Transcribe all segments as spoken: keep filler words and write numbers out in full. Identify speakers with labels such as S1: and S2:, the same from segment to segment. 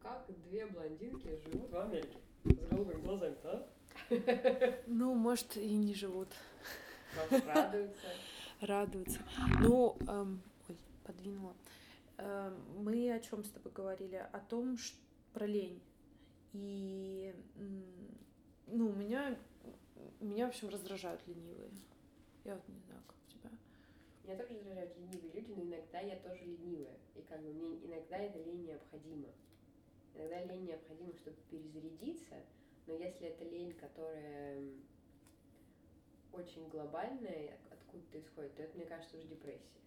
S1: как две блондинки живут в Америке с голубыми глазами-то, а?
S2: Ну, может, и не живут.
S1: Может, радуются.
S2: Радуются. Ну, эм, ой, подвинула. Эм, мы о чем с тобой говорили? О том, что про лень. И, ну, меня, меня, в общем, раздражают ленивые. Я вот не знаю, как у тебя.
S1: Меня тоже раздражают ленивые люди, но иногда я тоже ленивая. И как бы мне иногда эта лень необходима. Иногда лень необходима, чтобы перезарядиться, но если это лень, которая очень глобальная, откуда-то исходит, то это, мне кажется, уже депрессия.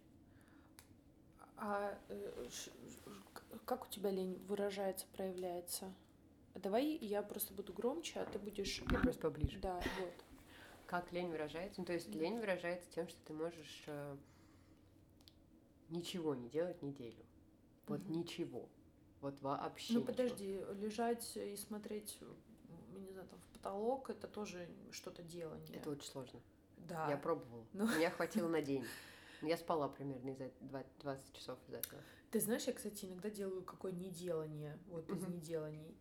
S2: А э, ш, как у тебя лень выражается, проявляется? Давай я просто буду громче, а ты будешь...
S1: Я просто поближе.
S2: Да, вот.
S1: Как лень выражается? Ну, то есть лень выражается тем, что ты можешь э, ничего не делать неделю. Вот угу. Ничего. Вот вообще
S2: Ну,
S1: ничего.
S2: подожди, лежать и смотреть, не знаю, там, в потолок, это тоже что-то делание.
S1: Это очень сложно.
S2: Да.
S1: Я пробовала. Ну... Меня хватило на день. Я спала примерно из-за двадцать часов из этого.
S2: Ты знаешь, я, кстати, иногда делаю какое неделание, вот из неделаний.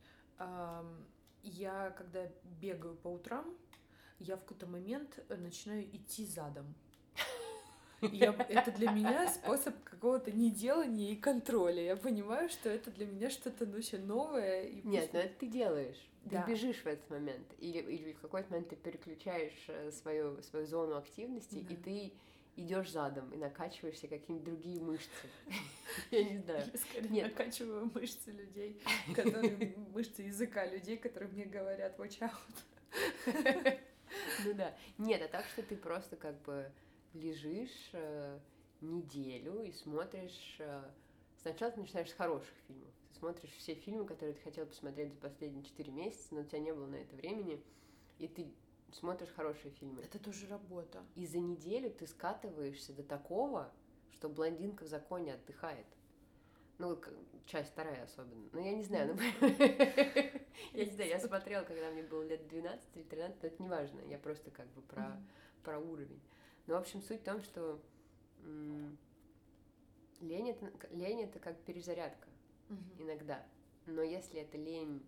S2: Я, когда бегаю по утрам, я в какой-то момент начинаю идти задом. Я, это для меня способ какого-то неделания и контроля. Я понимаю, что это для меня что-то ну, вообще новое. И
S1: Нет, пусть... но это ты делаешь.
S2: Да.
S1: Ты бежишь в этот момент. Или, или в какой-то момент ты переключаешь свою, свою зону активности, да. И ты идешь задом и накачиваешься какие-нибудь другие мышцы. Я не знаю.
S2: Я скорее накачиваю мышцы людей, которые мышцы языка людей, которые мне говорят watch out.
S1: Ну да. Нет, а так, что ты просто как бы лежишь э, неделю и смотришь... Э, сначала ты начинаешь с хороших фильмов. Ты смотришь все фильмы, которые ты хотел посмотреть за последние четыре месяца, но у тебя не было на это времени, и ты смотришь хорошие фильмы.
S2: Это тоже работа.
S1: И за неделю ты скатываешься до такого, что блондинка в законе отдыхает. Ну, часть вторая особенно. Ну, я не знаю. Я не знаю, я смотрела, когда мне было лет двенадцать или тринадцать, но это не важно. Я просто как бы про уровень. Ну, в общем, суть в том, что лень это, лень это как перезарядка иногда. Но если это лень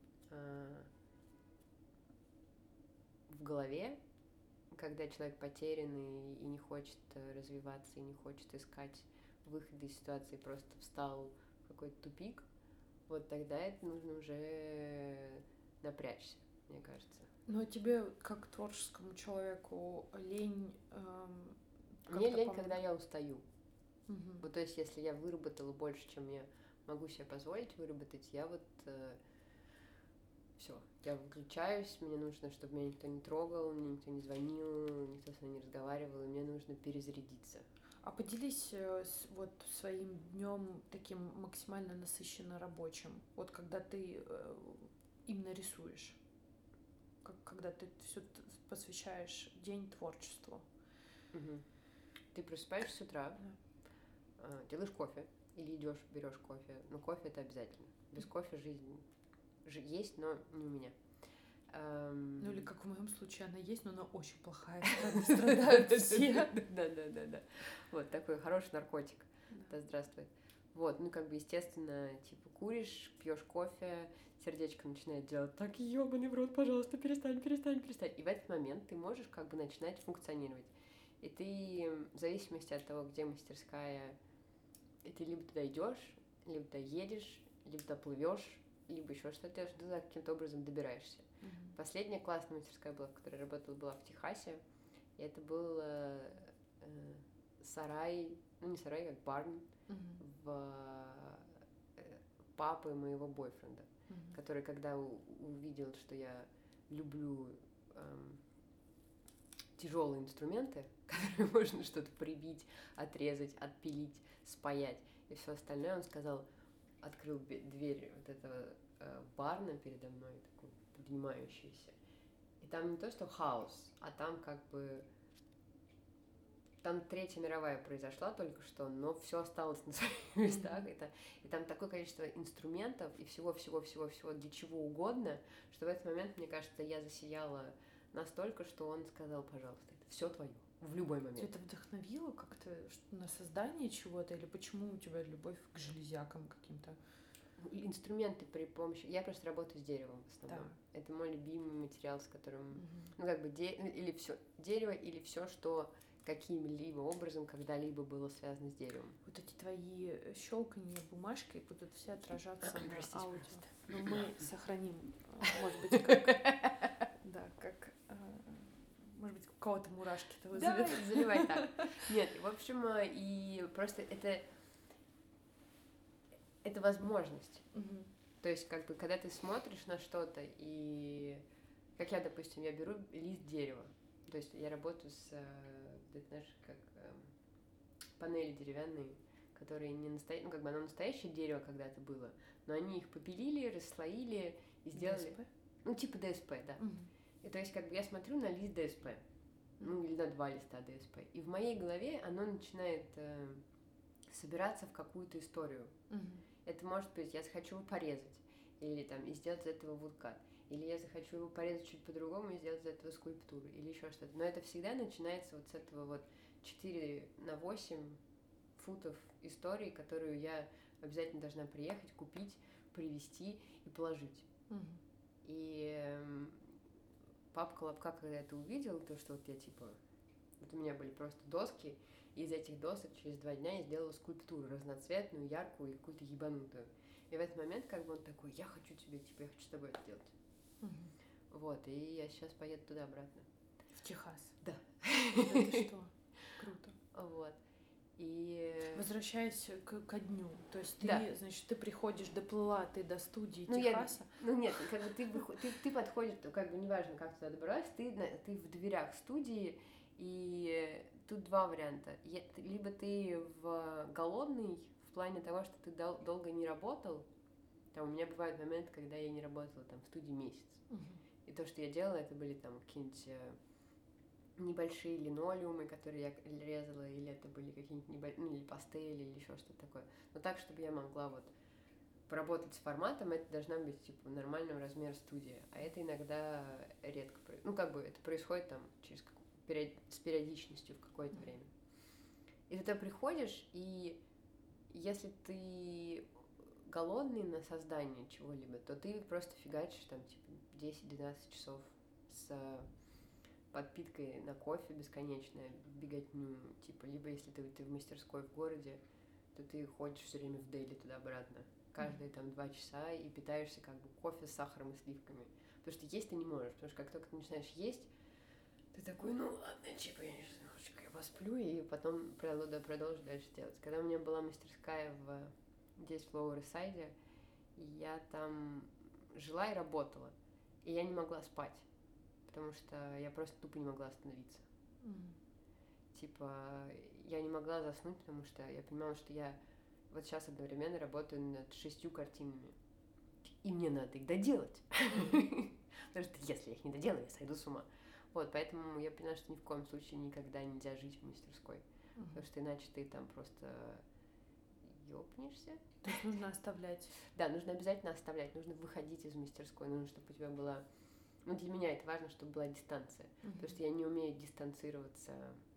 S1: в голове, когда человек потерянный и не хочет развиваться, и не хочет искать выхода из ситуации, просто встал в какой-то тупик, вот тогда это нужно уже напрячься, мне кажется.
S2: Ну, а тебе, как творческому человеку, лень... Эм,
S1: Мне лень, пом... когда я устаю.
S2: Угу.
S1: Вот, то есть, если я выработала больше, чем я могу себе позволить выработать, я вот... Э, все, я выключаюсь, мне нужно, чтобы меня никто не трогал, мне никто не звонил, никто со мной не разговаривал, и мне нужно перезарядиться.
S2: А поделись с, вот своим днем таким максимально насыщенно рабочим, вот когда ты э, именно рисуешь, как, когда ты все посвящаешь день творчеству.
S1: Угу. Ты просыпаешься с утра, да. Делаешь кофе или идешь, берешь кофе, но кофе это обязательно. Без кофе жизнь есть, но не у меня.
S2: Um... Ну или как в моем случае, она есть, но она очень плохая, страдают все.
S1: Да-да-да. Вот такой хороший наркотик. Да, здравствует. Вот, ну как бы естественно, типа куришь, пьешь кофе, сердечко начинает делать так, ёбаный в рот, пожалуйста, перестань, перестань, перестань. И в этот момент ты можешь как бы начинать функционировать. И ты, в зависимости от того, где мастерская, и ты либо туда идешь, либо туда едешь, либо туда плывешь, либо еще что-то, что ты каким-то образом добираешься. Mm-hmm. Последняя классная мастерская была, в которой я работала, была в Техасе. И это был э, э, сарай, ну не сарай, как барн mm-hmm. в э, папы моего бойфренда, mm-hmm. который, когда у- увидел, что я люблю э, тяжелые инструменты, которые можно что-то прибить, отрезать, отпилить, спаять и все остальное, он сказал, открыл дверь вот этого э, барна передо мной, такую поднимающуюся. И там не то, что хаос, а там как бы... Там Третья мировая произошла только что, но все осталось на своих местах. Mm-hmm. Это, и там такое количество инструментов и всего-всего-всего-всего для чего угодно, что в этот момент, мне кажется, я засияла настолько, что он сказал, пожалуйста, это все твое. В любой момент.
S2: Тебя это вдохновило как-то на создание чего-то? Или почему у тебя любовь к железякам каким-то?
S1: инструменты при помощи... Я просто работаю с деревом в основном.
S2: Да.
S1: Это мой любимый материал, с которым...
S2: Мгм.
S1: Ну, как бы, де... или все дерево, или все, что каким-либо образом когда-либо было связано с деревом.
S2: Вот эти твои щелканье бумажкой будут все отражаться на
S1: Простите,
S2: аудио.
S1: пожалуйста.
S2: Но мы сохраним, э, может быть, как... Да, как... э, Может быть, у кого-то мурашки-то
S1: Давай,
S2: вызовет.
S1: заливай так. Нет, в общем, э, и просто это... Это возможность.
S2: Мгм.
S1: То есть, как бы, когда ты смотришь на что-то, и... Как я, допустим, я беру лист дерева. То есть я работаю с... э, ты знаешь, как э, панели деревянные, которые не настоящие... Ну, как бы оно настоящее дерево когда-то было, но они их попилили, расслоили и сделали...
S2: ДСП?
S1: Ну, типа ДСП, да.
S2: Мгм.
S1: И то есть, как бы я смотрю на лист ДСП, ну, или на два листа ДСП, и в моей голове оно начинает э, собираться в какую-то историю.
S2: Мгм.
S1: Это может быть, я захочу его порезать, или там, и сделать из этого вудкат, или я захочу его порезать чуть по-другому и сделать из этого скульптуру, или еще что-то. Но это всегда начинается вот с этого вот четыре на восемь футов истории, которую я обязательно должна приехать, купить, привезти и положить.
S2: Мгм.
S1: И эм, папка Лапка, когда это увидел, то, что вот я типа... Вот у меня были просто доски, и из этих досок через два дня я сделала скульптуру разноцветную, яркую и какую-то ебанутую. И в этот момент как бы он такой, я хочу тебе, типа, я хочу с тобой это сделать.
S2: Мгм.
S1: Вот, и я сейчас поеду туда-обратно.
S2: В Техас.
S1: Да.
S2: Да ты что? Круто.
S1: Вот. И...
S2: Возвращаясь к, ко дню, то есть ты,
S1: Да.
S2: значит, ты приходишь, доплыла ты до студии
S1: Ну, я-
S2: Техаса.
S1: Ну нет, как бы ты, выход- ты, ты подходишь, то как бы неважно, как туда добралась, ты, на- ты в дверях студии, и тут два варианта. Е- ты- Либо ты в голодный, в плане того, что ты дол- долго не работал. Там у меня бывают моменты, когда я не работала там в студии месяц.
S2: Мгм.
S1: И то, что я делала, это были там какие-нибудь э, небольшие линолеумы, которые я резала, или это были какие-нибудь небольшие, ну, или пастели, или еще что-то такое. Но так, чтобы я могла вот поработать с форматом, это должна быть типа нормального размера студия. А это иногда редко, про- ну как бы это происходит там через как- период- с периодичностью в какое-то
S2: Мгм.
S1: время. И ты туда приходишь, и если ты голодный на создание чего-либо, то ты просто фигачишь там типа десять-двенадцать часов с подпиткой на кофе бесконечная, беготню, типа, либо если ты, ты в мастерской в городе, то ты ходишь все время в дейли туда-обратно, каждые там два часа и питаешься как бы кофе с сахаром и сливками. Потому что есть ты не можешь, потому что как только ты начинаешь есть, ты такой, ну ладно, типа, я сейчас немножечко я посплю, и потом продолжу, продолжу дальше делать. Когда у меня была мастерская в, здесь, в Lower East Side, я там жила и работала, и я не могла спать, потому что я просто тупо не могла остановиться.
S2: Мгм.
S1: Типа, я не могла заснуть, потому что я понимала, что я вот сейчас одновременно работаю над шестью картинами, и мне надо их доделать. Потому что если я их не доделаю, я сойду с ума. Вот, поэтому я поняла, что ни в коем случае никогда нельзя жить в мастерской,
S2: Мгм.
S1: потому что иначе ты там просто ёбнешься.
S2: То есть нужно оставлять.
S1: Да, нужно обязательно оставлять, нужно выходить из мастерской, нужно, чтобы у тебя была... Ну, для меня это важно, чтобы была дистанция,
S2: Мгм.
S1: потому что я не умею дистанцироваться,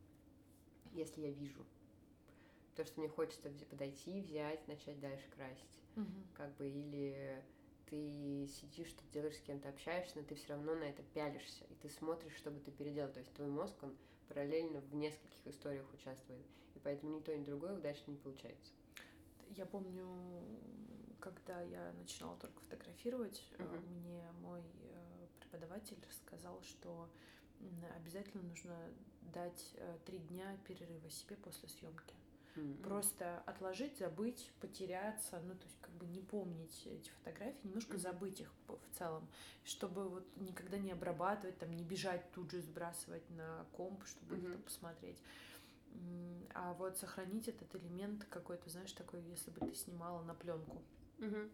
S1: если я вижу. Потому что мне хочется вз- подойти, взять, начать дальше красить.
S2: Мгм.
S1: Как бы, или ты сидишь, что делаешь, с кем-то общаешься, но ты все равно на это пялишься, и ты смотришь, чтобы ты переделал. То есть твой мозг, он параллельно в нескольких историях участвует, и поэтому ни то, ни другое удачно не получается.
S2: Я помню, когда я начинала только фотографировать, э,
S1: Мгм.
S2: мне мой э, преподаватель сказал, что м, обязательно нужно дать э, три дня перерыва себе после съемки.
S1: М.
S2: Просто отложить, забыть, потеряться, ну, то есть как бы не помнить эти фотографии, немножко
S1: Мгм.
S2: забыть их по- в целом, чтобы вот никогда не обрабатывать, там, не бежать тут же сбрасывать на комп, чтобы их
S1: Мгм.
S2: там посмотреть. М, А вот сохранить этот элемент какой-то, знаешь, такой, если бы ты снимала на пленку.
S1: Мгм.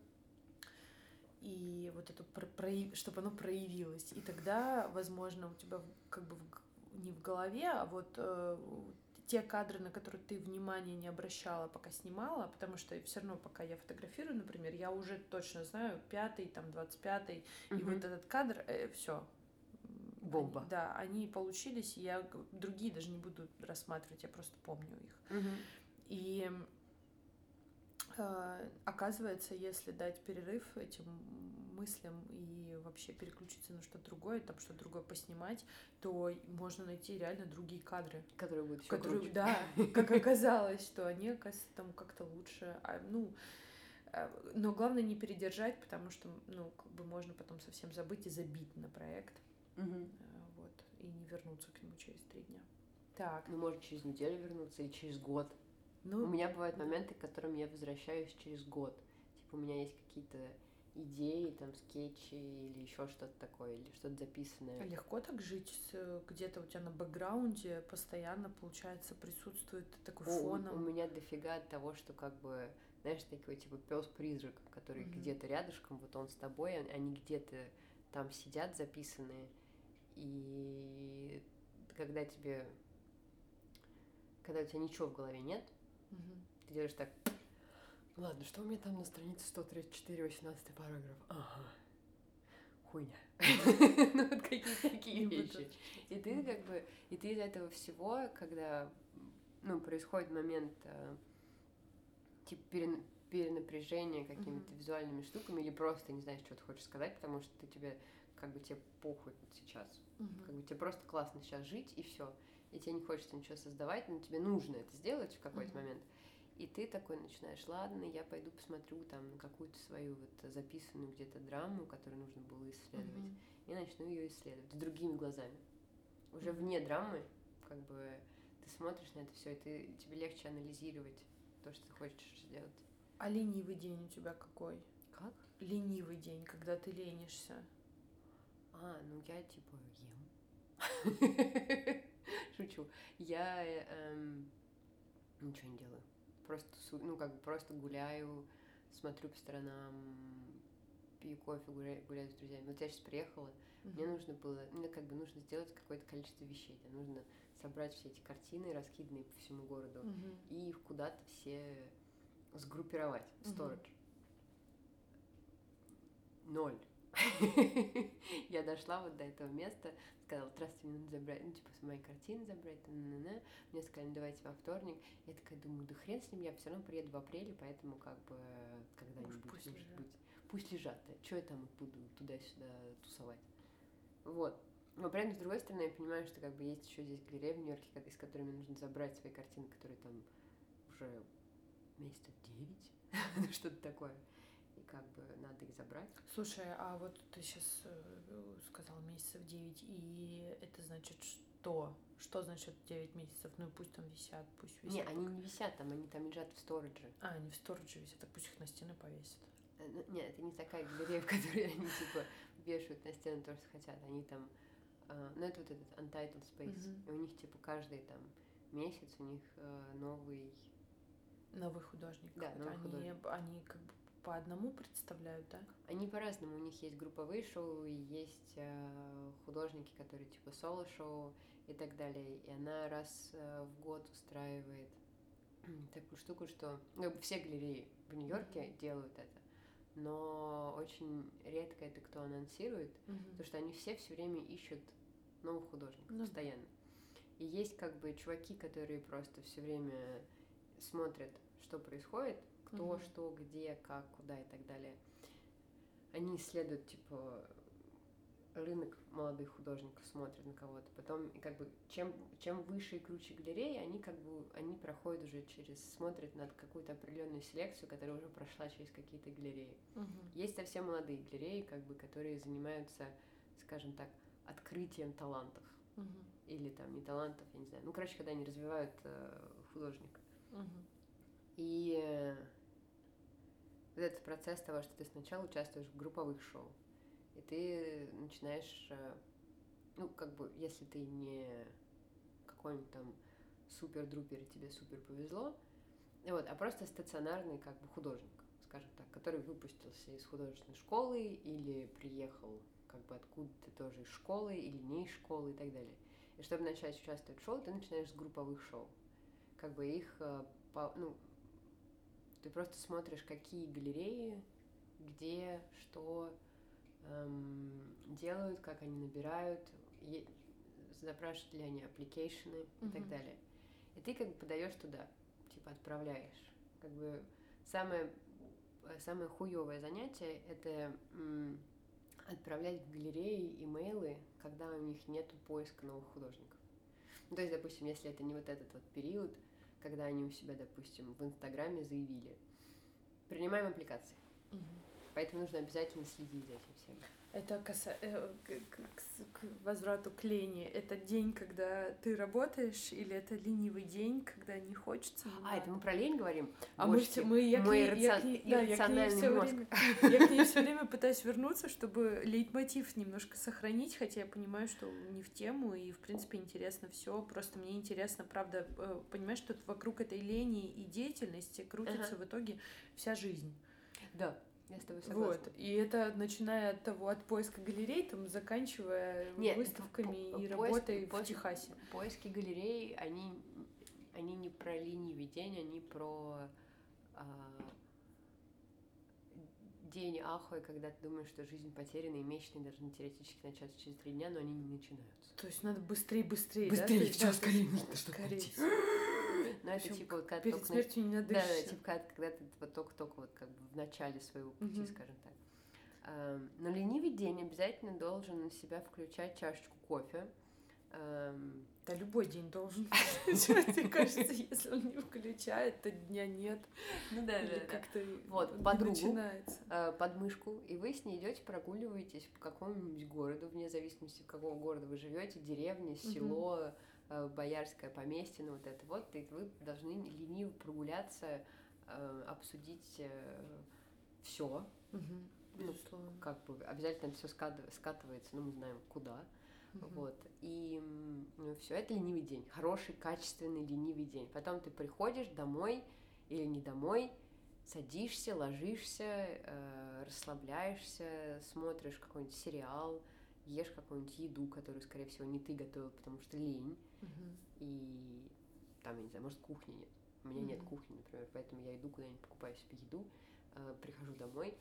S2: И вот это, чтобы оно проявилось. И тогда, возможно, у тебя в- как бы в г- не в голове, а вот э, те кадры, на которые ты внимания не обращала, пока снимала, потому что все равно, пока я фотографирую, например, я уже точно знаю, пятый, там, двадцать пятый, и
S1: Мгм.
S2: вот этот кадр, все.
S1: Бомба.
S2: Да, они получились, и я г- другие даже не буду рассматривать, я просто помню их.
S1: Мгм.
S2: И э, оказывается, если дать перерыв этим мыслям и вообще переключиться на что-то другое, там что-то другое поснимать, то можно найти реально другие кадры.
S1: Которые будут еще
S2: Которые,
S1: круче.
S2: да, как оказалось, что они, оказывается, там как-то лучше. А, ну, э, но главное не передержать, потому что, ну, как бы можно потом совсем забыть и забить на проект.
S1: Угу.
S2: Э, вот, и не вернуться к нему через три дня. Так.
S1: Ну, может, через неделю вернуться или через год.
S2: Ну,
S1: у меня бывают моменты, к которым я возвращаюсь через год. Типа, у меня есть какие-то идеи, там, скетчи или еще что-то такое, или что-то записанное.
S2: легко так жить, с- где-то у тебя на бэкграунде постоянно, получается, присутствует такой
S1: У,
S2: фоном.
S1: у меня дофига от того, что как бы, знаешь, такой типа пес-призрак, который
S2: Мгм.
S1: где-то рядышком, вот он с тобой, он- они где-то там сидят записанные, и когда тебе, когда у тебя ничего в голове нет,
S2: Мгм.
S1: ты делаешь так. Ладно, что у меня там на странице сто тридцать четыре, восемнадцатый параграф? Ага. Хуйня. Ну, вот какие-то такие
S2: И вот
S1: вещи.
S2: это.
S1: И ты как бы, и ты из этого всего, когда, ну, происходит момент, э, типа, перен- перенапряжения какими-то
S2: Мгм.
S1: визуальными штуками, или просто не знаешь, что ты хочешь сказать, потому что ты тебе, как бы, тебе похуй вот сейчас.
S2: Мгм.
S1: Как бы тебе просто классно сейчас жить, и все. И тебе не хочется ничего создавать, но тебе нужно это сделать в какой-то
S2: Мгм.
S1: момент. И ты такой начинаешь, ладно, я пойду посмотрю там на какую-то свою вот записанную где-то драму, которую нужно было исследовать,
S2: Мгм.
S1: и начну ее исследовать с другими глазами. Уже
S2: Мгм.
S1: вне драмы, как бы ты смотришь на это все, и ты, тебе легче анализировать то, что ты хочешь сделать.
S2: А ленивый день у тебя какой?
S1: Как?
S2: Ленивый день, когда ты ленишься.
S1: А, ну я типа ем. Шучу. Я эм, ничего не делаю. Просто, су- ну, как бы просто гуляю, смотрю по сторонам, пью кофе, гуляю, гуляю с друзьями. Вот я сейчас приехала, мне
S2: Мгм.
S1: нужно было, мне как бы нужно сделать какое-то количество вещей. Мне нужно собрать все эти картины, раскиданные по всему городу,
S2: Мгм.
S1: и их куда-то все сгруппировать в
S2: Мгм.
S1: storage. Ноль. Я дошла вот до этого места, сказала, здравствуйте, мне надо забрать, ну, типа, мои картины забрать, на-на-на. Мне сказали, давайте во вторник. Я такая думаю, да хрен с ним, я все равно приеду в апреле, поэтому как бы когда-нибудь,
S2: пусть
S1: может
S2: лежат.
S1: быть, пусть лежат. Что я там буду туда-сюда тусовать? Вот. Но при этом, с другой стороны, я понимаю, что как бы есть еще здесь галерея в Нью-Йорке, из которой мне нужно забрать свои картины, которые там уже месяцев девять, ну, что-то такое. И как бы надо их забрать.
S2: Слушай, а вот ты сейчас сказал месяцев девять, и это значит что? Что значит девять месяцев? Ну и пусть там висят, пусть висят.
S1: Не, они
S2: пока.
S1: не висят там, они там лежат в сторидже.
S2: А, они в сторидже висят, так пусть их на стены повесят.
S1: Э, ну, Нет, это не такая галерея, в которой они типа вешают на стену то, что хотят. Они там, э, ну это вот этот Untitled Space.
S2: Мгм.
S1: И у них типа каждый там месяц у них э, новый.
S2: Новый художник.
S1: Да,
S2: какой-то.
S1: новый
S2: они,
S1: художник.
S2: они как бы по одному представляют, да?
S1: Они по-разному. У них есть групповые шоу, и есть э, художники, которые типа соло-шоу и так далее. И она раз э, в год устраивает такую штуку, что ну, как бы все галереи в Нью-Йорке
S2: Мгм.
S1: делают это, но очень редко это кто анонсирует,
S2: Мгм.
S1: потому что они все все время ищут новых художников
S2: Ну да.
S1: постоянно. И есть как бы чуваки, которые просто все время смотрят, что происходит, кто,
S2: Мгм.
S1: что, где, как, куда и так далее. Они исследуют, типа, рынок молодых художников, смотрят на кого-то. Потом, и как бы, чем, чем выше и круче галереи, они как бы, они проходят уже через, смотрят на какую-то определенную селекцию, которая уже прошла через какие-то галереи.
S2: Мгм.
S1: Есть совсем молодые галереи, как бы, которые занимаются, скажем так, открытием талантов.
S2: Мгм.
S1: Или там не талантов, я не знаю. Ну, короче, когда они развивают э, художника.
S2: Мгм.
S1: И э, вот этот процесс того, что ты сначала участвуешь в групповых шоу, и ты начинаешь, э, ну, как бы, если ты не какой-нибудь там супер-друпер, и тебе супер повезло, вот, а просто стационарный, как бы, художник, скажем так, который выпустился из художественной школы или приехал, как бы, откуда-то тоже из школы или не из школы и так далее. И чтобы начать участвовать в шоу, ты начинаешь с групповых шоу. Как бы их, э, по, ну, ты просто смотришь, какие галереи, где, что эм, делают, как они набирают, е- запрашивают ли они аппликейшены и так
S2: Мгм.
S1: далее. И ты как бы подаешь туда, типа отправляешь. Как бы самое, самое хуёвое занятие — это м, отправлять в галереи имейлы, когда у них нету поиска новых художников. Ну, то есть, допустим, если это не вот этот вот период, когда они у себя, допустим, в Инстаграме заявили: принимаем аппликации.
S2: Мгм.
S1: Поэтому нужно обязательно следить за этим всем.
S2: Это каса... э, к, к- с- к возврату к лени. Это день, когда ты работаешь, или это ленивый день, когда не хочется? не
S1: А, это
S2: надо?
S1: мы про лень говорим?
S2: А мы,
S1: Божечки,
S2: все, мы я, к
S1: мой
S2: ней, я, к
S1: иррацион-
S2: ней, да, я к ней
S1: иррациональный
S2: все
S1: мозг.
S2: время, я к ней все время пытаюсь вернуться, чтобы лейтмотив немножко сохранить, хотя я понимаю, что не в тему, и, в принципе, интересно все. Просто мне интересно, правда, э, понимаешь, что вокруг этой лени и деятельности крутится
S1: Ага.
S2: в итоге вся жизнь.
S1: Да, я с тобой согласна.
S2: Вот, и это начиная от того, от поиска галерей, там, заканчивая
S1: Нет,
S2: выставками
S1: по-
S2: и
S1: поиск-
S2: работой в
S1: поиск-
S2: Техасе.
S1: Поиски галерей, они, они не про ленивый день, они про а, день ахуя, когда ты думаешь, что жизнь потеряна, и месячные должны теоретически начаться через три дня, но они не начинаются.
S2: То есть надо быстрее, быстрее,
S1: Быстрее,
S2: да? То есть,
S1: всё,
S2: да,
S1: скорее,
S2: то есть
S1: нужно что-то
S2: скорее
S1: найти.
S2: всего.
S1: Но это
S2: Причём
S1: типа вот когда
S2: перед
S1: только
S2: смертью не
S1: Да, да,
S2: надышишься.
S1: типа когда, когда ты вот только-только вот как бы в начале своего пути,
S2: Мгм.
S1: скажем так. Эм, Но ленивый день обязательно должен на себя включать чашечку кофе. Эм,
S2: Да, любой день должен включать, мне кажется, если он не включает, то дня нет.
S1: Ну да,
S2: Или
S1: да, да.
S2: как-то
S1: Вот,
S2: не
S1: подругу.
S2: начинается.
S1: э, под мышку, и вы с ней идете, прогуливаетесь по какому-нибудь городу, вне зависимости, в какого города вы живете, деревня, село, э, боярское поместье, ну вот это вот, и вы должны лениво прогуляться, э, обсудить все.
S2: Мгм.
S1: Ну,
S2: Безусловно.
S1: как бы обязательно это все скатывается, но мы знаем куда.
S2: Мгм.
S1: Вот. И ну, все, это ленивый день. Хороший, качественный ленивый день. Потом ты приходишь домой или не домой, садишься, ложишься, э, расслабляешься, смотришь какой-нибудь сериал, ешь какую-нибудь еду, которую, скорее всего, не ты готовил, потому что лень.
S2: Мгм.
S1: И там, я не знаю, может, кухни нет. У меня нет
S2: Мгм.
S1: кухни, например, поэтому я иду куда-нибудь, покупаю себе еду, э, прихожу домой,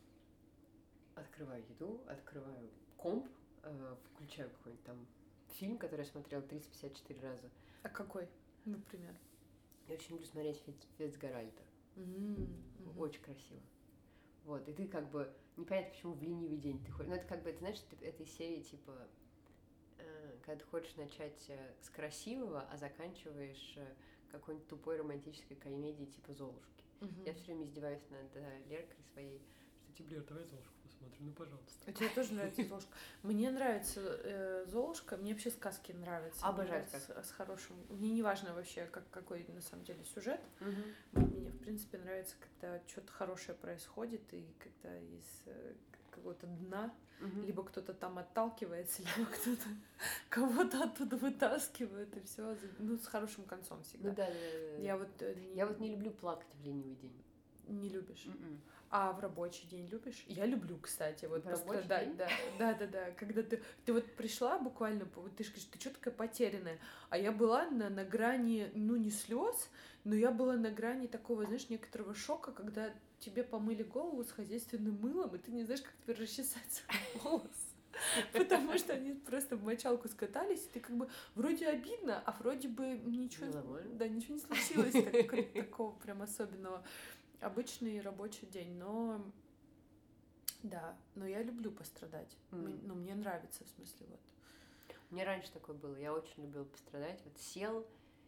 S1: открываю еду, открываю комп, э, включаю какой-нибудь там фильм, который я смотрела триста пятьдесят четыре раза.
S2: А какой, например?
S1: Я очень люблю смотреть Фицджеральда.
S2: М, мгм.
S1: Очень красиво. Вот, и ты как бы непонятно, почему в ленивый день ты ходишь. Ну, это как бы, ты знаешь, ты этой серии, типа, э, когда ты хочешь начать э, с красивого, а заканчиваешь э, какой-нибудь тупой романтической комедией типа «Золушки».
S2: Мгм.
S1: Я все время издеваюсь над э, Леркой своей, что типа, Лер, давай «Золушку» посмотрим, ну, пожалуйста.
S2: А тебе тоже нравится Золушка? Мне нравится э, Золушка, мне вообще сказки нравятся. Мне
S1: Обожаю
S2: нравится
S1: сказки.
S2: С, с хорошим. Мне не важно вообще, как, какой на самом деле сюжет.
S1: Мгм.
S2: Мне, в принципе, нравится, когда что-то хорошее происходит, и когда из э, какого-то дна
S1: Мгм.
S2: либо кто-то там отталкивается, либо кто-то кого-то оттуда вытаскивает, и все, ну, с хорошим концом всегда.
S1: Ну да, да, да, да.
S2: Я вот э, не,
S1: Я вот не люблю плакать в ленивый день.
S2: не любишь.
S1: М-м.
S2: А в рабочий день любишь? Я люблю, кстати, вот
S1: В рабочий
S2: пострадать,
S1: день?
S2: да, да, да, да, когда ты, ты вот пришла буквально, по- вот ты же говоришь, ты что такая потерянная, а я была на, на грани, ну, не слез, но я была на грани такого, знаешь, некоторого шока, когда тебе помыли голову с хозяйственным мылом, и ты не знаешь, как теперь расчесать свой волос. Потому что они просто в мочалку скатались, и ты как бы вроде обидно, а вроде бы ничего,
S1: Нормально.
S2: да, ничего не случилось так- такого прям особенного. Обычный рабочий день, но да, но я люблю пострадать.
S1: М.
S2: М- Ну, мне нравится, в смысле, вот.
S1: Мне раньше такое было. Я очень любила пострадать. Вот сел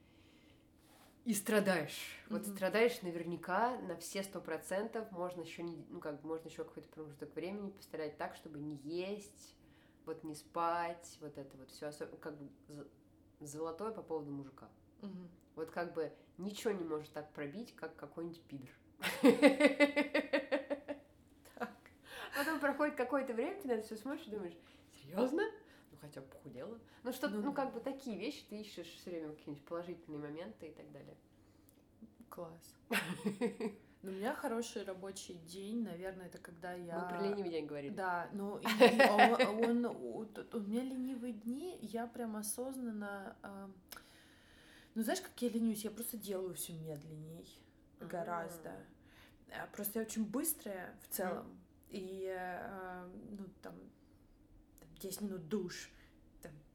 S1: и страдаешь. Вот
S2: Мгм.
S1: страдаешь наверняка на все сто процентов. Можно еще не, ну как бы можно еще какой-то промежуток времени пострадать так, чтобы не есть, вот не спать, вот это вот все как бы з- золотое по поводу мужика.
S2: Мгм.
S1: Вот как бы ничего не может так пробить, как какой-нибудь пидор.
S2: Так.
S1: Потом проходит какое-то время, ты на это все смотришь и думаешь, серьезно? Ну хотя бы похудела. Ну что,
S2: Ну
S1: ну
S2: да.
S1: как бы такие вещи ты ищешь все время какие-нибудь положительные моменты и так далее.
S2: Класс. Ну, у меня хороший рабочий день, наверное, это когда я...
S1: Мы про ленивый день говорили.
S2: Да, ну, и, и он, он- у, у меня ленивые дни, я прям осознанно... а, ну, знаешь, как я ленюсь? Я просто делаю все медленней,
S1: Ага.
S2: гораздо. А, Просто я очень быстрая в целом. И, э, ну, там, там, десять минут душ, там, пять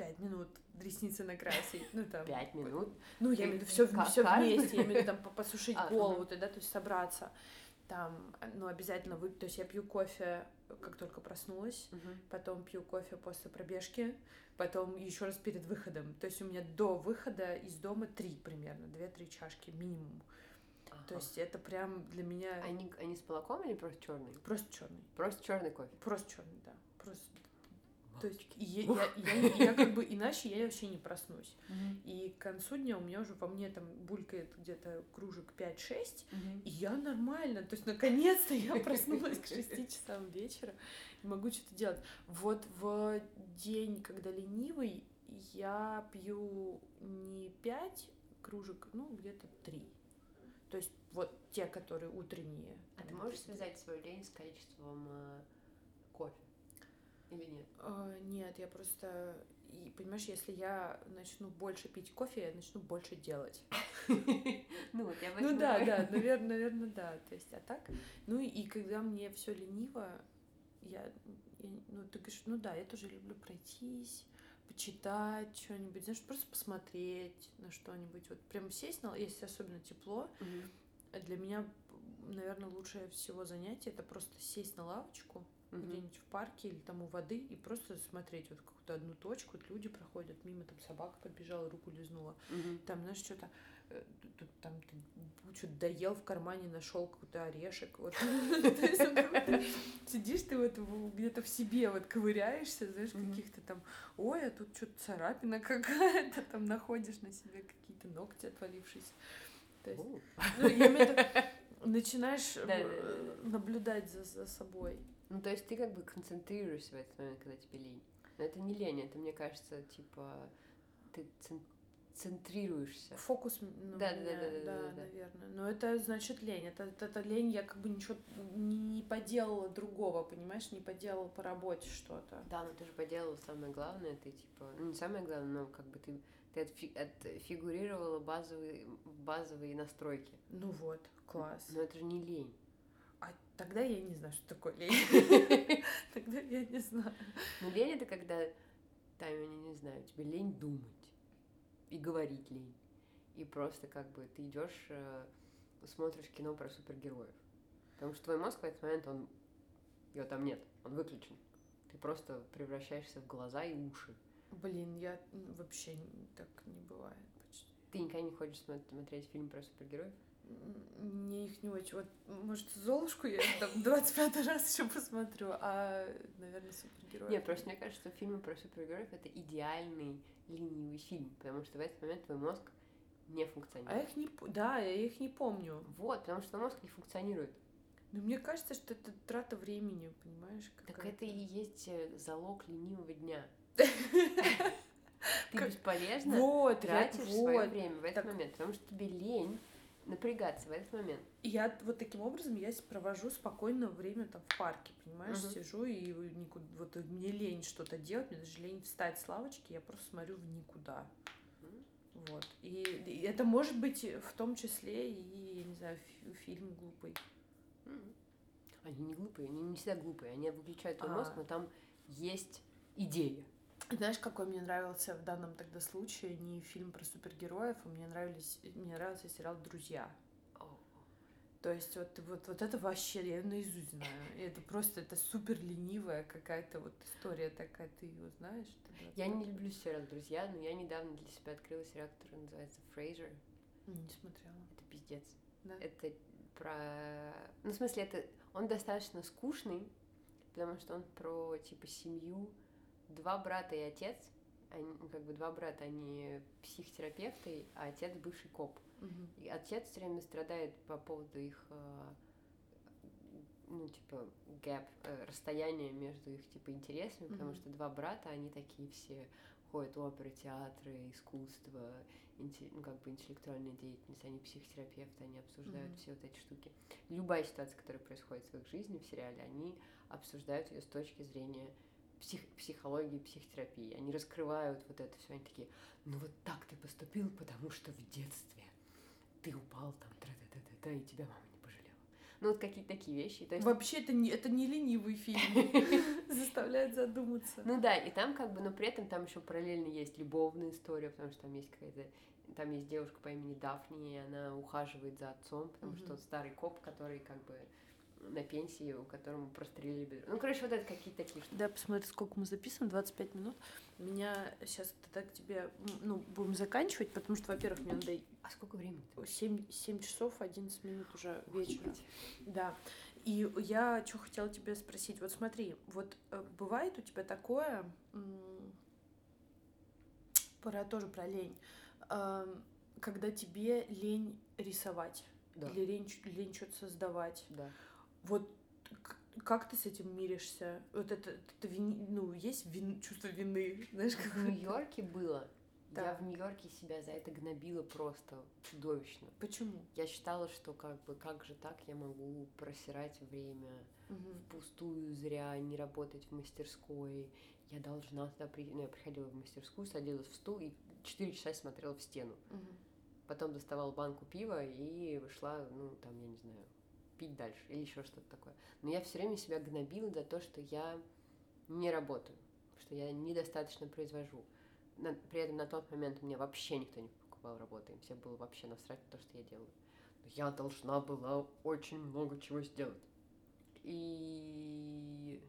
S2: пять минут ресницы накрасить, ну там.
S1: Пять минут?
S2: Ну, я имею в виду все, все вместе, я имею в виду там посушить голову, да, то есть собраться. Там, ну, обязательно выпить, то есть я пью кофе, как только проснулась,
S1: uh-huh.
S2: потом пью кофе после пробежки, потом еще раз перед выходом. То есть у меня до выхода из дома три примерно, две-три чашки минимум. Ага. То есть это прям для меня...
S1: Они, они с молоком или просто черный?
S2: Просто черный.
S1: Просто черный кофе?
S2: Просто черный, да. Просто... То есть я, я, я, я, я как бы иначе я вообще не проснусь.
S1: Uh-huh.
S2: И к концу дня у меня уже во мне там булькает где-то кружек пять-шесть,
S1: uh-huh.
S2: и я нормально. То есть наконец-то я проснулась к шести часам вечера и могу что-то делать. Вот в день, когда ленивый, я пью не пять кружек, ну где-то три. То есть вот те, которые утренние.
S1: А ты можешь связать свою лень с количеством э, кофе? Или нет?
S2: Uh, нет, я просто... И, понимаешь, если я начну больше пить кофе, я начну больше делать.
S1: Ну вот я в этом...
S2: Ну да, да, наверное, наверное, да. То есть, а так... Ну и когда мне все лениво, я... Ну, ты говоришь, ну да, я тоже люблю пройтись, почитать что-нибудь, знаешь, просто посмотреть на что-нибудь. Вот прям сесть, на... если особенно тепло, для меня, наверное, лучшее всего занятие — это просто сесть на лавочку, Uh-huh. где-нибудь в парке или там у воды и просто смотреть вот какую-то одну точку, вот люди проходят мимо, там собака подбежала, руку лизнула,
S1: Uh-huh.
S2: там, знаешь, что-то тут там ты что-то доел в кармане, нашел какой-то орешек, вот сидишь ты вот где-то в себе вот ковыряешься, знаешь, каких-то там, ой, а тут что-то царапина какая-то, там находишь на себе какие-то ногти отвалившиеся, то есть, ну, я имею в виду, начинаешь наблюдать за собой.
S1: Ну, то есть ты как бы концентрируешься в этот момент, когда тебе лень. Но это не лень, это, мне кажется, типа, ты цен- центрируешься.
S2: Фокус, ну,
S1: да,
S2: меня,
S1: да, да, да,
S2: да,
S1: да, да,
S2: наверное. Но это значит лень. Это, это, это лень, я как бы ничего не, не поделала другого, понимаешь, не поделала по работе что-то.
S1: Да, но ты же поделала самое главное, ты типа, ну не самое главное, но как бы ты, ты отфи- отфигурировала базовые, базовые настройки.
S2: Ну вот, класс.
S1: Но это же не лень.
S2: А тогда я не знаю, что такое лень. Тогда я не знаю.
S1: Ну, лень — это когда, там, я не знаю, тебе лень думать и говорить лень. И просто как бы ты идешь, смотришь кино про супергероев. Потому что твой мозг в этот момент, он, его там нет, он выключен. Ты просто превращаешься в глаза и уши.
S2: Блин, я вообще так не бывает почти.
S1: Ты никогда не хочешь смотреть фильм про супергероев?
S2: Мне их не очень. Вот, может, Золушку я там двадцать пятый раз еще посмотрю, а, наверное, супергероев.
S1: Нет, просто мне кажется, что фильмы про супергероев — это идеальный ленивый фильм, потому что в этот момент твой мозг не функционирует.
S2: А я их не... Да, я их не помню.
S1: Вот, потому что твой мозг не функционирует.
S2: Но мне кажется, что это трата времени, понимаешь?
S1: Так это и есть залог ленивого дня. Ты бесполезно
S2: вот,
S1: тратишь
S2: я,
S1: свое
S2: вот,
S1: время в этот так... момент, потому что тебе лень напрягаться в этот момент.
S2: Я вот таким образом я провожу спокойно время там в парке, понимаешь, uh-huh. сижу и никуда, вот мне лень что-то делать, мне даже лень встать с лавочки, я просто смотрю в никуда. Uh-huh. Вот. И, и это может быть в том числе и, я не знаю, фи- фильм глупый.
S1: Uh-huh. Они не глупые, они не всегда глупые, они выключают твой мозг, но там есть идея.
S2: Знаешь, какой мне нравился в данном тогда случае не фильм про супергероев, а мне нравились, мне нравился сериал «Друзья».
S1: Oh.
S2: То есть вот, вот, вот это вообще я наизусть знаю. Это просто это супер ленивая какая-то вот история такая, ты его знаешь?
S1: Я не люблю сериал «Друзья», но я недавно для себя открыла сериал, который называется «Фрейзер».
S2: Не смотрела.
S1: Это пиздец.
S2: Да?
S1: Это про... Ну, в смысле, это... он достаточно скучный, потому что он про, типа, семью. Два брата и отец, они, как бы два брата, они психотерапевты, а отец бывший коп.
S2: Uh-huh.
S1: И отец все время страдает по поводу их, ну, типа, гэп, расстояния между их, типа, интересами, uh-huh. потому что два брата, они такие все ходят в оперы, театры, искусство, интелли- ну, как бы интеллектуальная деятельность, они психотерапевты, они обсуждают uh-huh. все вот эти штуки. Любая ситуация, которая происходит в их жизни в сериале, они обсуждают ее с точки зрения Псих, психологии, психотерапии. Они раскрывают вот это все. Они такие, ну вот так ты поступил, потому что в детстве ты упал там, тра-та-та-та, и тебя мама не пожалела. Ну вот какие-то такие вещи. То есть...
S2: Вообще это не, это не ленивый фильм. заставляет задуматься.
S1: Ну да, и там как бы, но при этом там еще параллельно есть любовная история, потому что там есть какая-то, там есть девушка по имени Дафни, и она ухаживает за отцом, потому mm-hmm. что он старый коп, который как бы на пенсии, у которого прострелили бедро. Ну, короче, вот это какие-то такие штуки.
S2: Да, посмотри, сколько мы записываем, двадцать пять минут. Меня сейчас тогда к тебе, ну, будем заканчивать, потому что, во-первых, мне надо...
S1: А сколько времени?
S2: семь, семь часов одиннадцать минут уже вечера. Да. И я что хотела тебе спросить. Вот смотри, вот э, бывает у тебя такое, м- пора тоже про лень, э, когда тебе лень рисовать,
S1: да.
S2: или лень, лень что-то создавать.
S1: Да.
S2: Вот как ты с этим миришься? Вот это, это вини, ну, есть вин, чувство вины, знаешь, как
S1: в Нью-Йорке было.
S2: Да.
S1: Я в Нью-Йорке себя за это гнобила просто чудовищно.
S2: Почему?
S1: Я считала, что как бы как же так я могу просирать время
S2: угу.
S1: впустую зря, не работать в мастерской. Я должна туда прийти. Ну, я приходила в мастерскую, садилась в стул и четыре часа смотрела в стену.
S2: Угу.
S1: Потом доставала банку пива и шла, ну, там, я не знаю, пить дальше или еще что-то такое. Но я все время себя гнобила за то, что я не работаю, что я недостаточно произвожу. На, при этом на тот момент мне вообще никто не покупал работы, им всем было вообще насрать на то, что я делаю. Но я должна была очень много чего сделать. И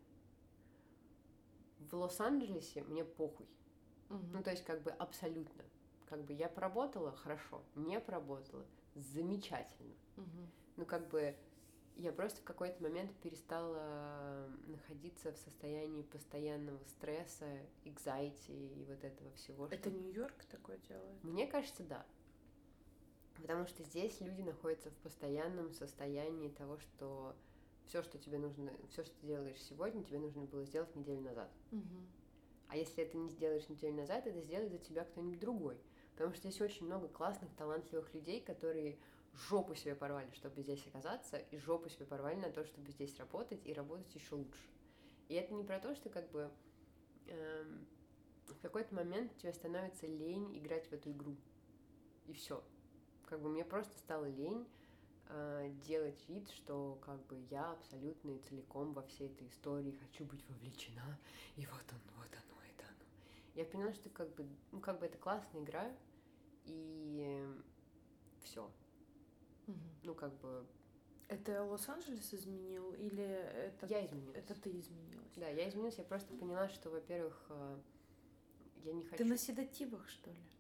S1: в Лос-Анджелесе мне похуй.
S2: Угу.
S1: Ну, то есть, как бы абсолютно. Как бы я поработала хорошо, не поработала замечательно.
S2: Угу.
S1: Ну, как бы я просто в какой-то момент перестала находиться в состоянии постоянного стресса, anxiety и вот этого всего.
S2: Это
S1: что...
S2: Нью-Йорк такое делает?
S1: Мне кажется, да. Потому что здесь люди находятся в постоянном состоянии того, что все, что тебе нужно, все, что ты делаешь сегодня, тебе нужно было сделать неделю назад.
S2: Угу.
S1: А если это не сделаешь неделю назад, это сделает за тебя кто-нибудь другой. Потому что здесь очень много классных, талантливых людей, которые жопу себе порвали, чтобы здесь оказаться, и жопу себе порвали на то, чтобы здесь работать, и работать еще лучше. И это не про то, что как бы эм, в какой-то момент тебе становится лень играть в эту игру. И все. Как бы мне просто стало лень э, делать вид, что как бы я абсолютно и целиком во всей этой истории хочу быть вовлечена, и вот он, вот оно, это оно. Я поняла, что как бы, ну, как бы это классная игра, и все.
S2: Угу.
S1: Ну, как бы...
S2: Это Лос-Анджелес изменил или это...
S1: Я изменилась.
S2: Это ты изменилась?
S1: Да, я изменилась, я просто поняла, что, во-первых, я не хочу...
S2: Ты на седативах, что ли?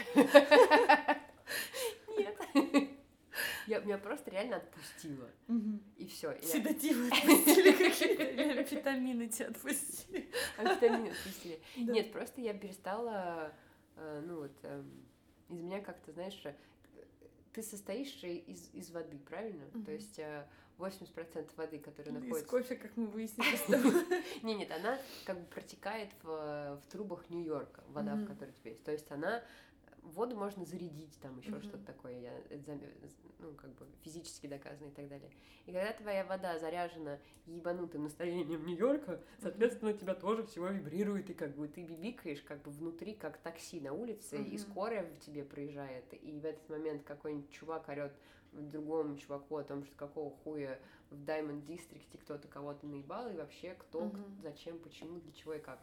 S1: Нет. Я меня просто реально отпустила. И все.
S2: Седативы отпустили какие-то, или витамины тебя отпустили?
S1: А витамины отпустили. Нет, просто я перестала, ну вот, из меня как-то, знаешь, ты состоишь же из, из воды, правильно? Mm-hmm. То есть восемьдесят процентов воды, которая
S2: из
S1: находится...
S2: Из кофе, как мы выяснили с тобой.
S1: Не-нет, она как бы протекает в, в трубах Нью-Йорка, вода,
S2: mm-hmm.
S1: в которой у тебя есть. То есть она... Воду можно зарядить, там еще mm-hmm. что-то такое, я, ну, как бы физически доказано и так далее. И когда твоя вода заряжена ебанутым настроением Нью-Йорка, соответственно, mm-hmm. тебя тоже всего вибрирует, и как бы ты бибикаешь как бы внутри, как такси на улице, mm-hmm. и скорая в тебе проезжает, и в этот момент какой-нибудь чувак орет другому чуваку о том, что какого хуя в Diamond District кто-то кого-то наебал, и вообще кто, mm-hmm. зачем, почему, для чего и как.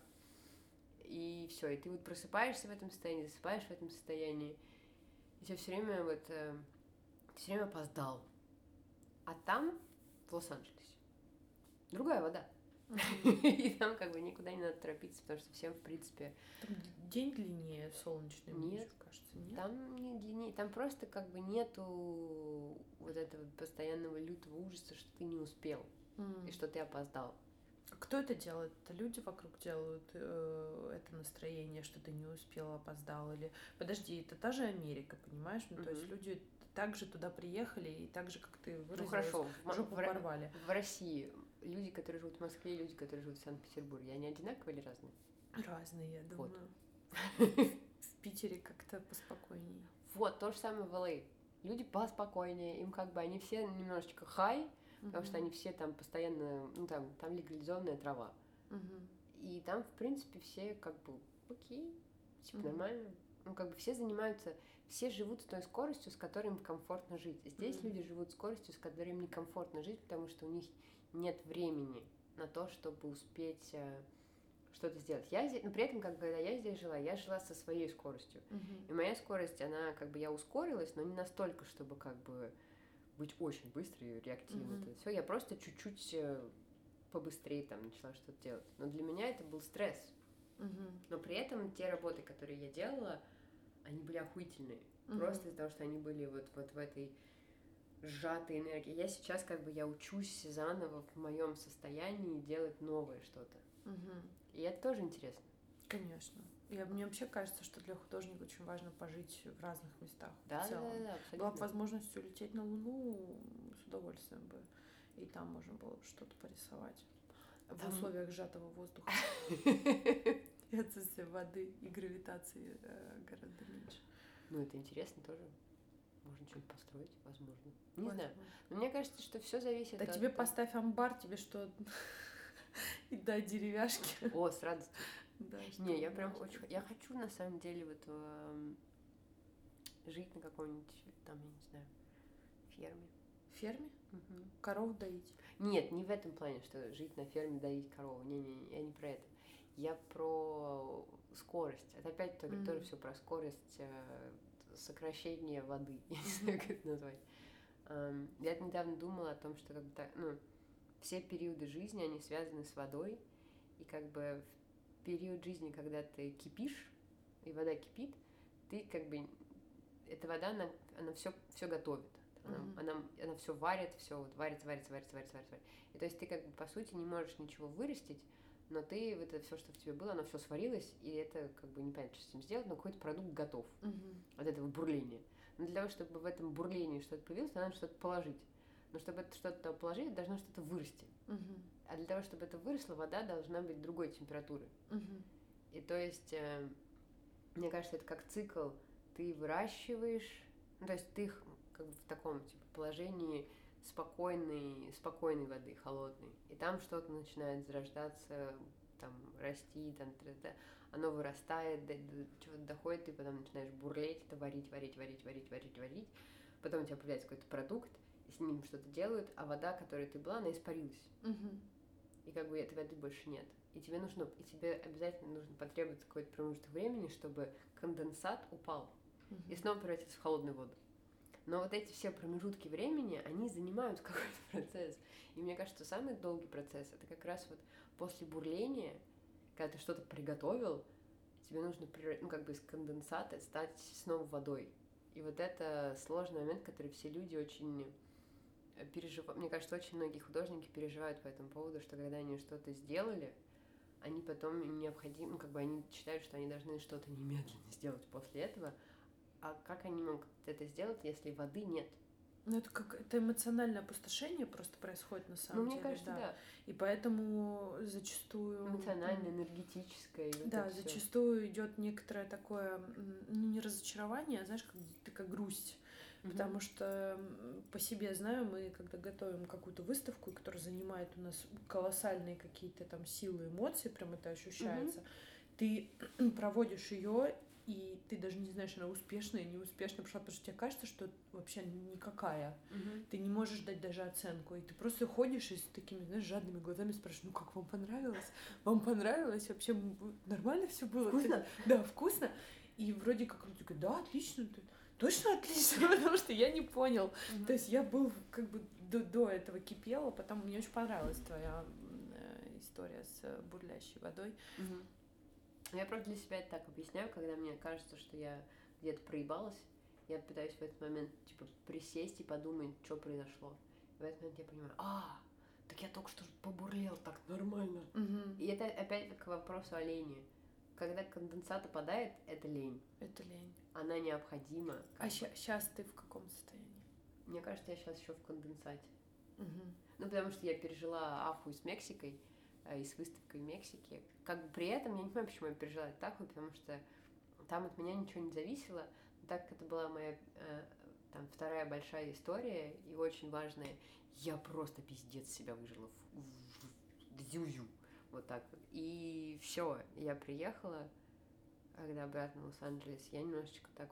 S1: И все, и ты вот просыпаешься в этом состоянии, засыпаешь в этом состоянии, и тебя все время вот, э, все время опоздал. А там, в Лос-Анджелесе, другая вода. Mm-hmm. И там как бы никуда не надо торопиться, потому что всем, в принципе...
S2: Там день длиннее солнечный,
S1: нет,
S2: кажется, нет?
S1: Там не длиннее, там просто как бы нету вот этого постоянного лютого ужаса, что ты не успел, mm. и что ты опоздал.
S2: Кто это делает? Это люди вокруг делают э, это настроение, что ты не успела, опоздал, или... Подожди, это та же Америка, понимаешь? Ну, mm-hmm. то есть люди также туда приехали, и так же, как ты выразилась,
S1: ну, хорошо.
S2: жопу
S1: в,
S2: порвали.
S1: В России люди, которые живут в Москве, и люди, которые живут в Санкт-Петербурге, они одинаковые или разные?
S2: Разные, я думаю.
S1: Вот.
S2: В Питере как-то поспокойнее.
S1: Вот, то же самое в Эл А. Люди поспокойнее, им как бы, они все немножечко хай, потому mm-hmm. что они все там постоянно, ну там, там легализованная трава.
S2: Mm-hmm.
S1: И там, в принципе, все как бы окей, типа mm-hmm. нормально. Ну, как бы все занимаются, все живут с той скоростью, с которой им комфортно жить. Здесь mm-hmm. люди живут с скоростью, с которой им некомфортно жить, потому что у них нет времени на то, чтобы успеть э, что-то сделать. Я здесь, но при этом, как, когда я здесь жила, я жила со своей скоростью.
S2: Мгм.
S1: И моя скорость, она, как бы, я ускорилась, но не настолько, чтобы, как бы, быть очень быстрой и реактивной.
S2: Мгм.
S1: Все, я просто чуть-чуть э, побыстрее там начала что-то делать. Но для меня это был стресс.
S2: Мгм.
S1: Но при этом те работы, которые я делала, они были охуительные.
S2: Мгм.
S1: Просто из-за того, что они были вот, вот в этой сжатой энергии. Я сейчас, как бы, я учусь заново в моем состоянии делать новое что-то.
S2: Мгм.
S1: И это тоже интересно.
S2: Конечно. Я, мне вообще кажется, что для художника очень важно пожить в разных местах.
S1: Да,
S2: в
S1: да,
S2: целом.
S1: да, да,
S2: Была бы
S1: абсолютно.
S2: возможность улететь на Луну, с удовольствием бы. И там можно было бы что-то порисовать. В
S1: Там-
S2: условиях сжатого воздуха. И отсутствия воды и гравитации э, гораздо меньше.
S1: Ну, это интересно тоже. Можно что-нибудь построить, возможно. Не знаю.
S2: Возможно.
S1: Но мне кажется, что все зависит
S2: Да
S1: от...
S2: тебе поставь амбар, тебе что? И дай деревяшки.
S1: О, с радостью.
S2: Да,
S1: Не, я
S2: чтобы
S1: прям
S2: можно
S1: очень...
S2: было.
S1: Я хочу, на самом деле, вот эм, жить на каком-нибудь, там, я не знаю, ферме.
S2: Ферме?
S1: Мгм.
S2: Коров доить.
S1: Нет, не в этом плане, что жить на ферме, доить корову. Не-не, я не про это. Я про скорость. Это опять тоже,
S2: Мгм.
S1: тоже все про скорость, э, сокращение воды, я не знаю, как это назвать. Эм, Я недавно думала о том, что как бы так, ну, все периоды жизни, они связаны с водой, и как бы в период жизни, когда ты кипишь, и вода кипит, ты как бы, эта вода, она, она все, все готовит. Она,
S2: Мгм.
S1: она, она все варит, все вот варится, варится, варится, варится, варится, варится. И то есть ты как бы по сути не можешь ничего вырастить, но ты вот это все, что в тебе было, оно все сварилось, и это как бы непонятно, что с этим сделать, но какой-то продукт готов
S2: Мгм.
S1: от этого бурления. Но для того, чтобы в этом бурлении что-то появилось, надо что-то положить. Но чтобы это что-то положить, должно что-то вырасти.
S2: Мгм.
S1: А для того, чтобы это выросло, вода должна быть другой температуры.
S2: Мгм.
S1: И то есть, э, мне кажется, это как цикл. Ты выращиваешь, ну, то есть ты их как бы в таком типа положении спокойной, спокойной воды, холодной. И там что-то начинает зарождаться, там, расти, там, т.д. Оно вырастает, до, до чего-то доходит, ты потом начинаешь бурлеть, это варить, варить, варить, варить, варить, варить. Потом у тебя появляется какой-то продукт, и с ним что-то делают, а вода, которой ты была, она испарилась.
S2: Мгм.
S1: И как бы этой воды больше нет. И тебе нужно, и тебе обязательно нужно потребоваться какой-то промежуток времени, чтобы конденсат упал и
S2: Мгм.
S1: снова превратился в холодную воду. Но вот эти все промежутки времени, они занимают какой-то процесс. И мне кажется, самый долгий процесс это как раз вот после бурления, когда ты что-то приготовил, тебе нужно, превра- ну, как бы из конденсата стать снова водой. И вот это сложный момент, который все люди очень переживают. Мне кажется, очень многие художники переживают по этому поводу, что когда они что-то сделали, они потом им необходимо, ну, как бы они считают, что они должны что-то немедленно сделать после этого. А как они могут это сделать, если воды нет?
S2: Ну, это как это эмоциональное опустошение просто происходит на
S1: Ну,
S2: самом
S1: мне
S2: деле,
S1: кажется,
S2: да.
S1: да.
S2: И поэтому зачастую
S1: Эмоционально,
S2: м,
S1: энергетическое, и вот
S2: да,
S1: это все.
S2: зачастую идет некоторое такое, м, ну, не разочарование, а знаешь, как такая грусть. Потому что м, по себе знаю, мы когда готовим какую-то выставку, которая занимает у нас колоссальные какие-то там силы, эмоции, прям это ощущается, ты проводишь ее, и ты даже не знаешь, она успешная, неуспешная прошла, потому что тебе кажется, что вообще никакая. Ты не можешь дать даже оценку. И ты просто ходишь и с такими, знаешь, жадными глазами спрашиваешь, ну как вам понравилось? Вам понравилось? Вообще нормально все было?
S1: Вкусно?
S2: Ты- Да, вкусно. И вроде как он такой, да, отлично. Ты, точно отлично, потому что я не понял. То есть я был как бы до, до этого кипела, потом мне очень понравилась твоя м, э, история с э, бурлящей водой.
S1: Мгм. Я просто для себя это так объясняю, когда мне кажется, что я где-то проебалась, я пытаюсь в этот момент, типа, присесть и подумать, что произошло. И в этот момент я понимаю, а, так я только что побурлел, так нормально.
S2: Мгм.
S1: И это опять к вопросу о лени. Когда конденсат опадает, это лень.
S2: Это лень.
S1: Она необходима. как
S2: А
S1: бы.
S2: сейчас ты в каком состоянии?
S1: Мне кажется, я сейчас еще в конденсате.
S2: Мгм.
S1: Ну, потому что я пережила афу с Мексикой, э, и с выставкой в Мексике. Как бы при этом я не понимаю, почему я пережила эту афу, потому что там от меня ничего не зависело. Но так как это была моя э, там вторая большая история и очень важная, я просто пиздец себя выжила в, в- в зюзю. Вот так вот. И все, я приехала, когда обратно в Лос-Анджелес, я немножечко так,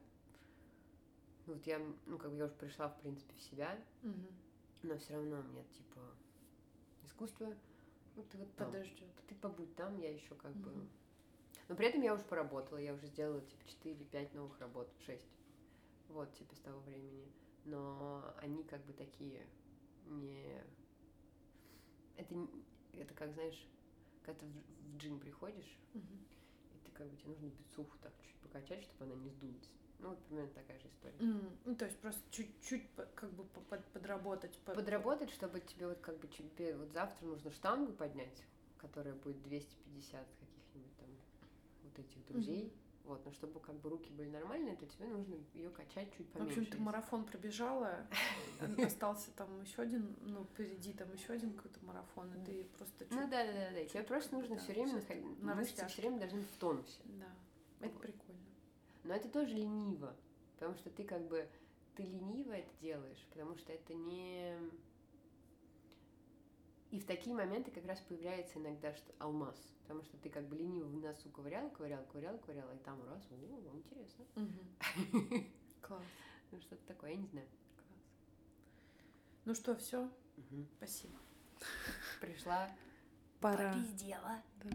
S1: ну вот я, ну как бы я уже пришла, в принципе, в себя,
S2: Мгм.
S1: но все равно у меня, типа, искусство, Ну, ты вот там.
S2: Подождет.
S1: Ты побудь там, я еще как бы...
S2: Мгм.
S1: Но при этом я уже поработала, я уже сделала, типа, четыре-пять новых работ, шесть. Вот, типа, с того времени. Но они как бы такие не... Это, не- это как, знаешь, когда ты в, в джим приходишь,
S2: Мгм.
S1: и ты как бы, тебе нужно бицуху так чуть покачать, чтобы она не сдулась. Ну, вот примерно такая же история.
S2: М, Ну, то есть просто чуть-чуть по- как бы по- под- подработать. по-
S1: Подработать, чтобы тебе вот как бы тебе вот завтра нужно штангу поднять, которая будет двести пятьдесят каких-нибудь там вот этих друзей.
S2: Мгм.
S1: Вот, но чтобы как бы руки были нормальные, то тебе нужно ее качать чуть
S2: В
S1: поменьше.
S2: общем, ты марафон пробежала, а- остался там еще один, ну, впереди там еще один какой-то марафон, и ты просто
S1: Ну
S2: чуть-
S1: да, да, да, да. Тебе
S2: чуть
S1: просто
S2: как бы,
S1: нужно
S2: да,
S1: все время
S2: всё
S1: находить,
S2: на
S1: мышцы
S2: растяжке.
S1: все время должны быть в тонусе.
S2: Да, это
S1: Вот.
S2: прикольно.
S1: Но это тоже лениво, потому что ты как бы, ты лениво это делаешь, потому что это не... И в такие моменты как раз появляется иногда что алмаз, потому что ты как бы лениво в носу ковырял, ковырял, ковырял, ковырял, и там раз, о, интересно.
S2: Мгм. Класс,
S1: Ну что-то такое, я не знаю.
S2: класс. Ну что, все?
S1: Мгм.
S2: Спасибо.
S1: Пришла,
S2: Пора.
S1: попиздела.
S2: Да.